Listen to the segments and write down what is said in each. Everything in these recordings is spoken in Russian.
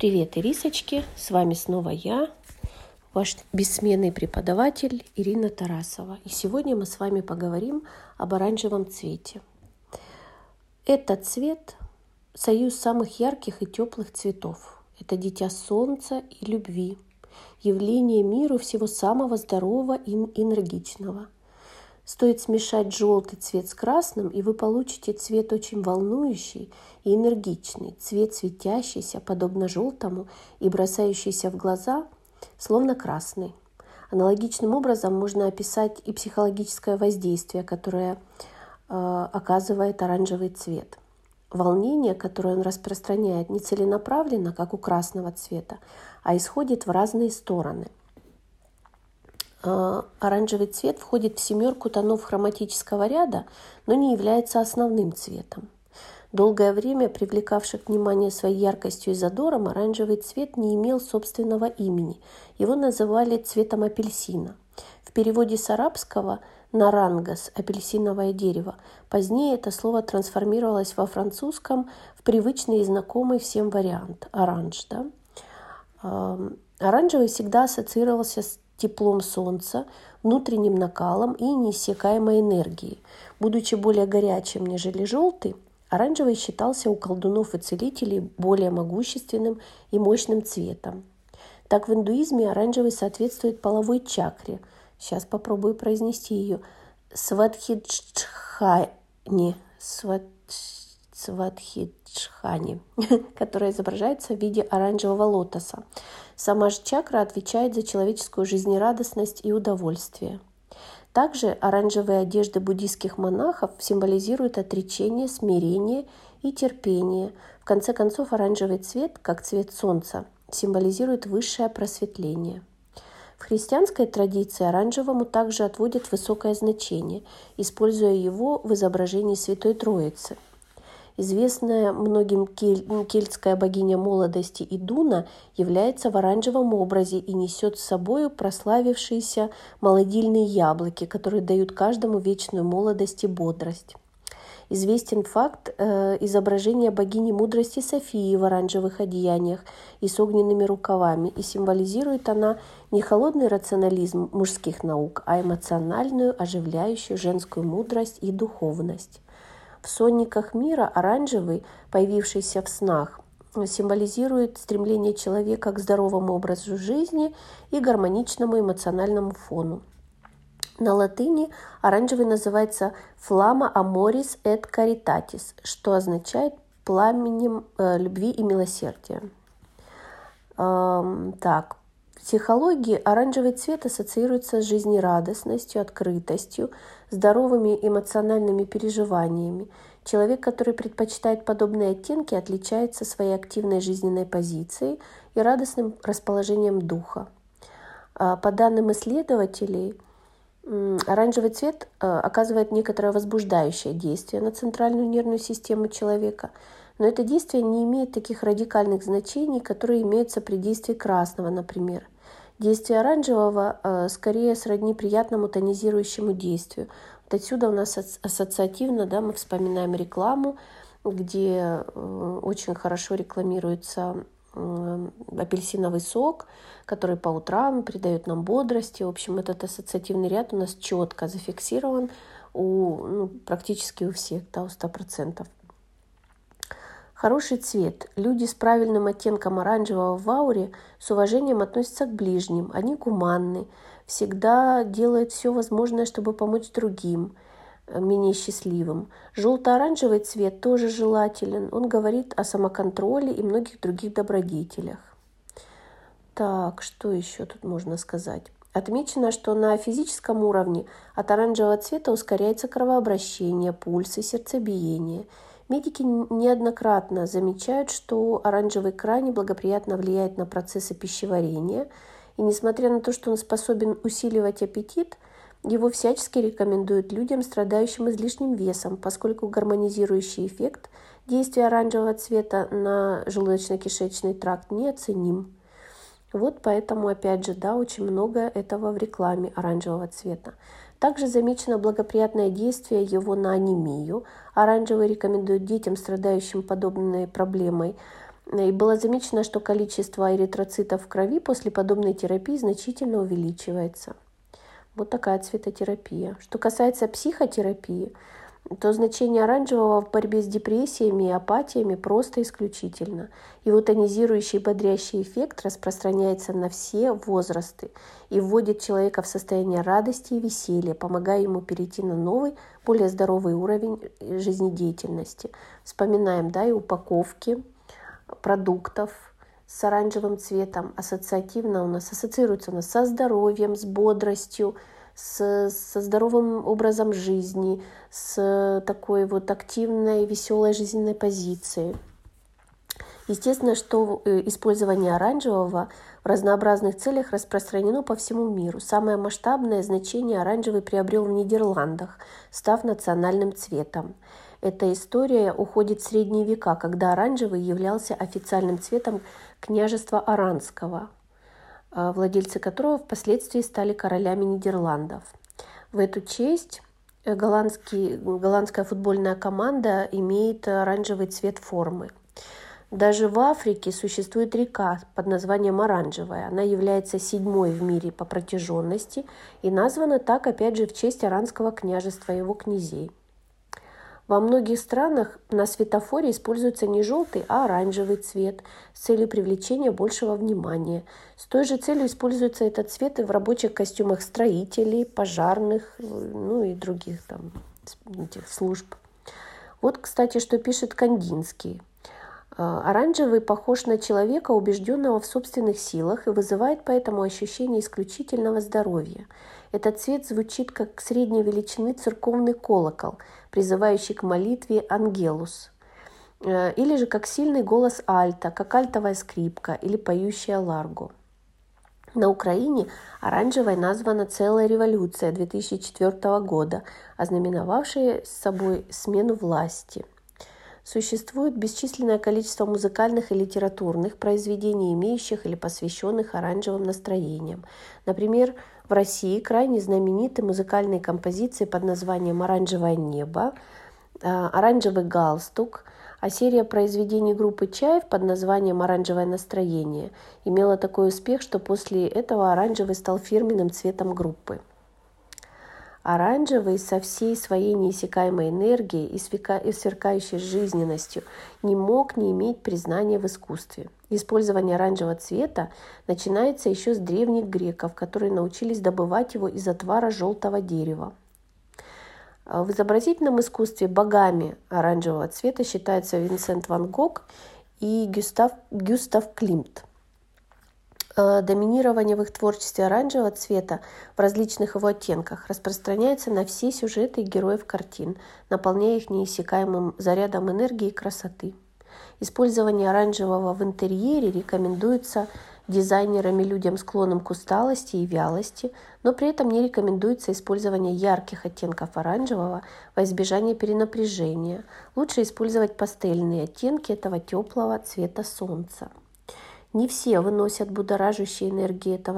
Привет, Ирисочки! С вами снова я, ваш бессменный преподаватель Ирина Тарасова. И сегодня мы с вами поговорим об оранжевом цвете. Этот цвет – союз самых ярких и теплых цветов. Это дитя солнца и любви, явление миру всего самого здорового и энергичного. Стоит смешать желтый цвет с красным, и вы получите цвет очень волнующий и энергичный, цвет светящийся, подобно желтому, и бросающийся в глаза, словно красный. Аналогичным образом можно описать и психологическое воздействие, которое оказывает оранжевый цвет. Волнение, которое он распространяет, не целенаправленно, как у красного цвета, а исходит в разные стороны. Оранжевый цвет входит в 7 тонов хроматического ряда, но не является основным цветом. Долгое время привлекавший внимание своей яркостью и задором, оранжевый цвет не имел собственного имени. Его называли цветом апельсина. В переводе с арабского «нарангас» – апельсиновое дерево. Позднее это слово трансформировалось во французском в привычный и знакомый всем вариант – оранж. Оранжевый всегда ассоциировался с теплом солнца, внутренним накалом и неиссякаемой энергией. Будучи более горячим, нежели желтый, оранжевый считался у колдунов и целителей более могущественным и мощным цветом. Так в индуизме оранжевый соответствует половой чакре. Сейчас попробую произнести ее. Свадхидждхани, которая изображается в виде оранжевого лотоса. Сама же чакра отвечает за человеческую жизнерадостность и удовольствие. Также оранжевые одежды буддийских монахов символизируют отречение, смирение и терпение. В конце концов, оранжевый цвет, как цвет солнца, символизирует высшее просветление. В христианской традиции оранжевому также отводят высокое значение, используя его в изображении Святой Троицы. Известная многим кельтская богиня молодости Идуна является в оранжевом образе и несет с собой прославившиеся молодильные яблоки, которые дают каждому вечную молодость и бодрость. Известен факт изображения богини мудрости Софии в оранжевых одеяниях и с огненными рукавами, и символизирует она не холодный рационализм мужских наук, а эмоциональную, оживляющую женскую мудрость и духовность. В сонниках мира оранжевый, появившийся в снах, символизирует стремление человека к здоровому образу жизни и гармоничному эмоциональному фону. На латыни оранжевый называется «flamma amoris et caritatis», что означает «пламенем любви и милосердия». В психологии оранжевый цвет ассоциируется с жизнерадостностью, открытостью, здоровыми эмоциональными переживаниями. Человек, который предпочитает подобные оттенки, отличается своей активной жизненной позицией и радостным расположением духа. По данным исследователей, оранжевый цвет оказывает некоторое возбуждающее действие на центральную нервную систему человека, но это действие не имеет таких радикальных значений, которые имеются при действии красного, например. Действие оранжевого скорее сродни приятному тонизирующему действию. Вот отсюда у нас ассоциативно, мы вспоминаем рекламу, где очень хорошо рекламируется апельсиновый сок, который по утрам придает нам бодрости. В общем, этот ассоциативный ряд у нас четко зафиксирован практически у всех, у 100%. Хороший цвет. Люди с правильным оттенком оранжевого в ауре с уважением относятся к ближним. Они гуманны, всегда делают все возможное, чтобы помочь другим, менее счастливым. Желто-оранжевый цвет тоже желателен. Он говорит о самоконтроле и многих других добродетелях. Так, что еще тут можно сказать? Отмечено, что на физическом уровне от оранжевого цвета ускоряется кровообращение, пульс и сердцебиение. Медики неоднократно замечают, что оранжевый крайне благоприятно влияет на процессы пищеварения, и несмотря на то, что он способен усиливать аппетит, его всячески рекомендуют людям, страдающим излишним весом, поскольку гармонизирующий эффект действия оранжевого цвета на желудочно-кишечный тракт неоценим. Вот поэтому, опять же, очень много этого в рекламе оранжевого цвета. Также замечено благоприятное действие его на анемию. Оранжевый рекомендуют детям, страдающим подобной проблемой, И было замечено, что количество эритроцитов в крови после подобной терапии значительно увеличивается. Вот такая цветотерапия. Что касается психотерапии, то значение оранжевого в борьбе с депрессиями и апатиями просто исключительно. Его тонизирующий и бодрящий эффект распространяется на все возрасты и вводит человека в состояние радости и веселья, помогая ему перейти на новый, более здоровый уровень жизнедеятельности. Вспоминаем, и упаковки продуктов с оранжевым цветом ассоциативно ассоциируются у нас со здоровьем, с бодростью, со здоровым образом жизни, с такой активной, веселой жизненной позицией. Естественно, что использование оранжевого в разнообразных целях распространено по всему миру. Самое масштабное значение оранжевый приобрел в Нидерландах, став национальным цветом. Эта история уходит в средние века, когда оранжевый являлся официальным цветом княжества Аранского, владельцы которого впоследствии стали королями Нидерландов. В эту честь голландская футбольная команда имеет оранжевый цвет формы. Даже в Африке существует река под названием Оранжевая. Она является 7-й в мире по протяженности и названа так, опять же, в честь Аранского княжества и его князей. Во многих странах на светофоре используется не желтый, а оранжевый цвет с целью привлечения большего внимания. С той же целью используется этот цвет и в рабочих костюмах строителей, пожарных, и других этих служб. Вот, кстати, что пишет Кандинский. Оранжевый похож на человека, убежденного в собственных силах, и вызывает поэтому ощущение исключительного здоровья. Этот цвет звучит как средней величины церковный колокол, призывающий к молитве «Ангелус», или же как сильный голос альта, как альтовая скрипка или поющая ларго. На Украине оранжевой названа целая революция 2004 года, ознаменовавшая собой смену власти. Существует бесчисленное количество музыкальных и литературных произведений, имеющих или посвященных оранжевым настроениям. Например, в России крайне знамениты музыкальные композиции под названием «Оранжевое небо», «Оранжевый галстук», а серия произведений группы «Чайф» под названием «Оранжевое настроение» имела такой успех, что после этого оранжевый стал фирменным цветом группы. Оранжевый со всей своей неиссякаемой энергией и сверкающей жизненностью не мог не иметь признания в искусстве. Использование оранжевого цвета начинается еще с древних греков, которые научились добывать его из отвара желтого дерева. В изобразительном искусстве богами оранжевого цвета считаются Винсент ван Гог и Гюстав Климт. Доминирование в их творчестве оранжевого цвета в различных его оттенках распространяется на все сюжеты героев картин, наполняя их неиссякаемым зарядом энергии и красоты. Использование оранжевого в интерьере рекомендуется дизайнерами людям, склонным к усталости и вялости, но при этом не рекомендуется использование ярких оттенков оранжевого во избежание перенапряжения. Лучше использовать пастельные оттенки этого теплого цвета солнца. Не все выносят будоражащие энергии этого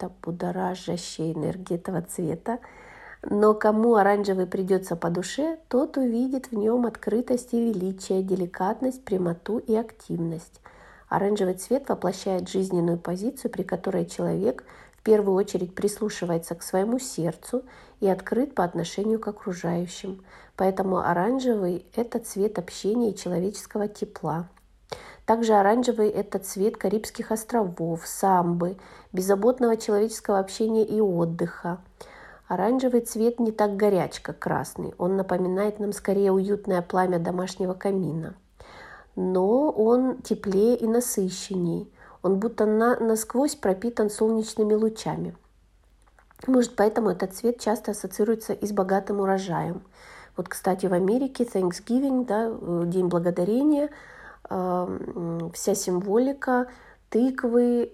цвета, но кому оранжевый придется по душе, тот увидит в нем открытость и величие, деликатность, прямоту и активность. Оранжевый цвет воплощает жизненную позицию, при которой человек в первую очередь прислушивается к своему сердцу и открыт по отношению к окружающим. Поэтому оранжевый – это цвет общения и человеческого тепла. Также оранжевый – это цвет Карибских островов, самбы, беззаботного человеческого общения и отдыха. Оранжевый цвет не так горяч, как красный. Он напоминает нам скорее уютное пламя домашнего камина. Но он теплее и насыщенней. Он будто насквозь пропитан солнечными лучами. Может, поэтому этот цвет часто ассоциируется и с богатым урожаем. Вот, кстати, в Америке Thanksgiving, День благодарения, вся символика тыквы,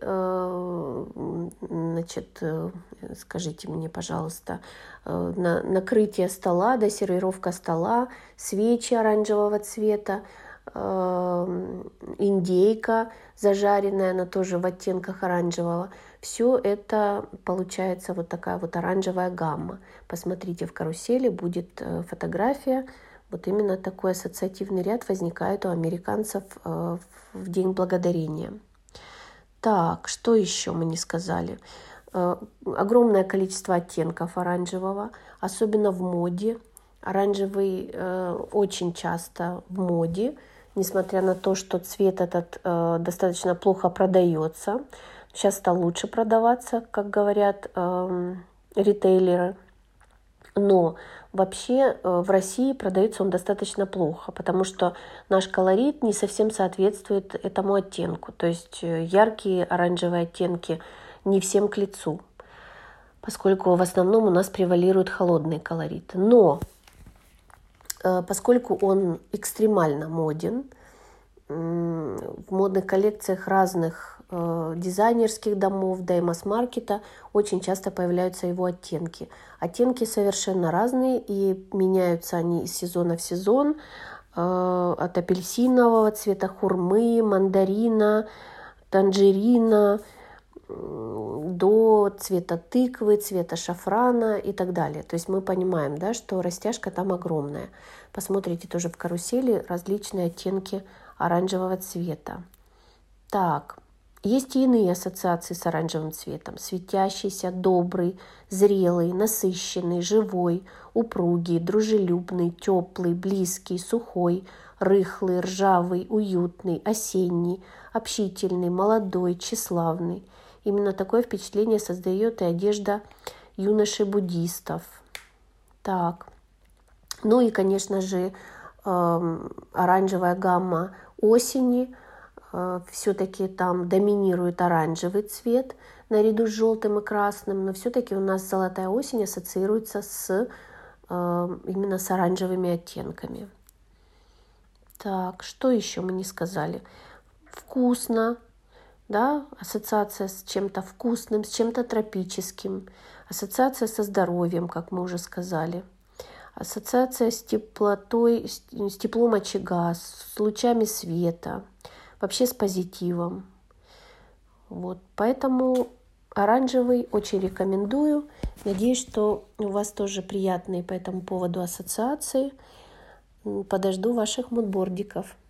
скажите мне, пожалуйста, накрытие стола, сервировка стола, свечи оранжевого цвета, индейка зажаренная, она тоже в оттенках оранжевого. Все это получается вот такая вот оранжевая гамма. Посмотрите, в карусели будет фотография Вот именно такой ассоциативный ряд возникает у американцев в День Благодарения. Так, что еще мы не сказали? Огромное количество оттенков оранжевого, особенно в моде. Оранжевый очень часто в моде, несмотря на то, что цвет этот достаточно плохо продается. Сейчас стал лучше продаваться, как говорят ритейлеры. Но вообще в России продается он достаточно плохо, потому что наш колорит не совсем соответствует этому оттенку. То есть яркие оранжевые оттенки не всем к лицу, поскольку в основном у нас превалирует холодный колорит. Но поскольку он экстремально моден, в модных коллекциях разных дизайнерских домов, да и масс-маркета очень часто появляются его оттенки. Оттенки совершенно разные, и меняются они из сезона в сезон. От апельсинового цвета, хурмы, мандарина, танжерина до цвета тыквы, цвета шафрана и так далее. То есть мы понимаем, да, что растяжка там огромная. Посмотрите тоже в карусели различные оттенки оранжевого цвета. Так, есть и иные ассоциации с оранжевым цветом. Светящийся, добрый, зрелый, насыщенный, живой, упругий, дружелюбный, теплый, близкий, сухой, рыхлый, ржавый, уютный, осенний, общительный, молодой, тщеславный. Именно такое впечатление создает и одежда юношей-буддистов. Так, ну и, конечно же, оранжевая гамма осени. Все-таки там доминирует оранжевый цвет наряду с желтым и красным, но все-таки у нас золотая осень ассоциируется именно с оранжевыми оттенками. Так, что еще мы не сказали? Вкусно, да, ассоциация с чем-то вкусным, с чем-то тропическим, ассоциация со здоровьем, как мы уже сказали, ассоциация с теплотой, с теплом очага, с лучами света, вообще с позитивом. Вот, поэтому оранжевый очень рекомендую. Надеюсь, что у вас тоже приятные по этому поводу ассоциации. Подожду ваших мудбордиков.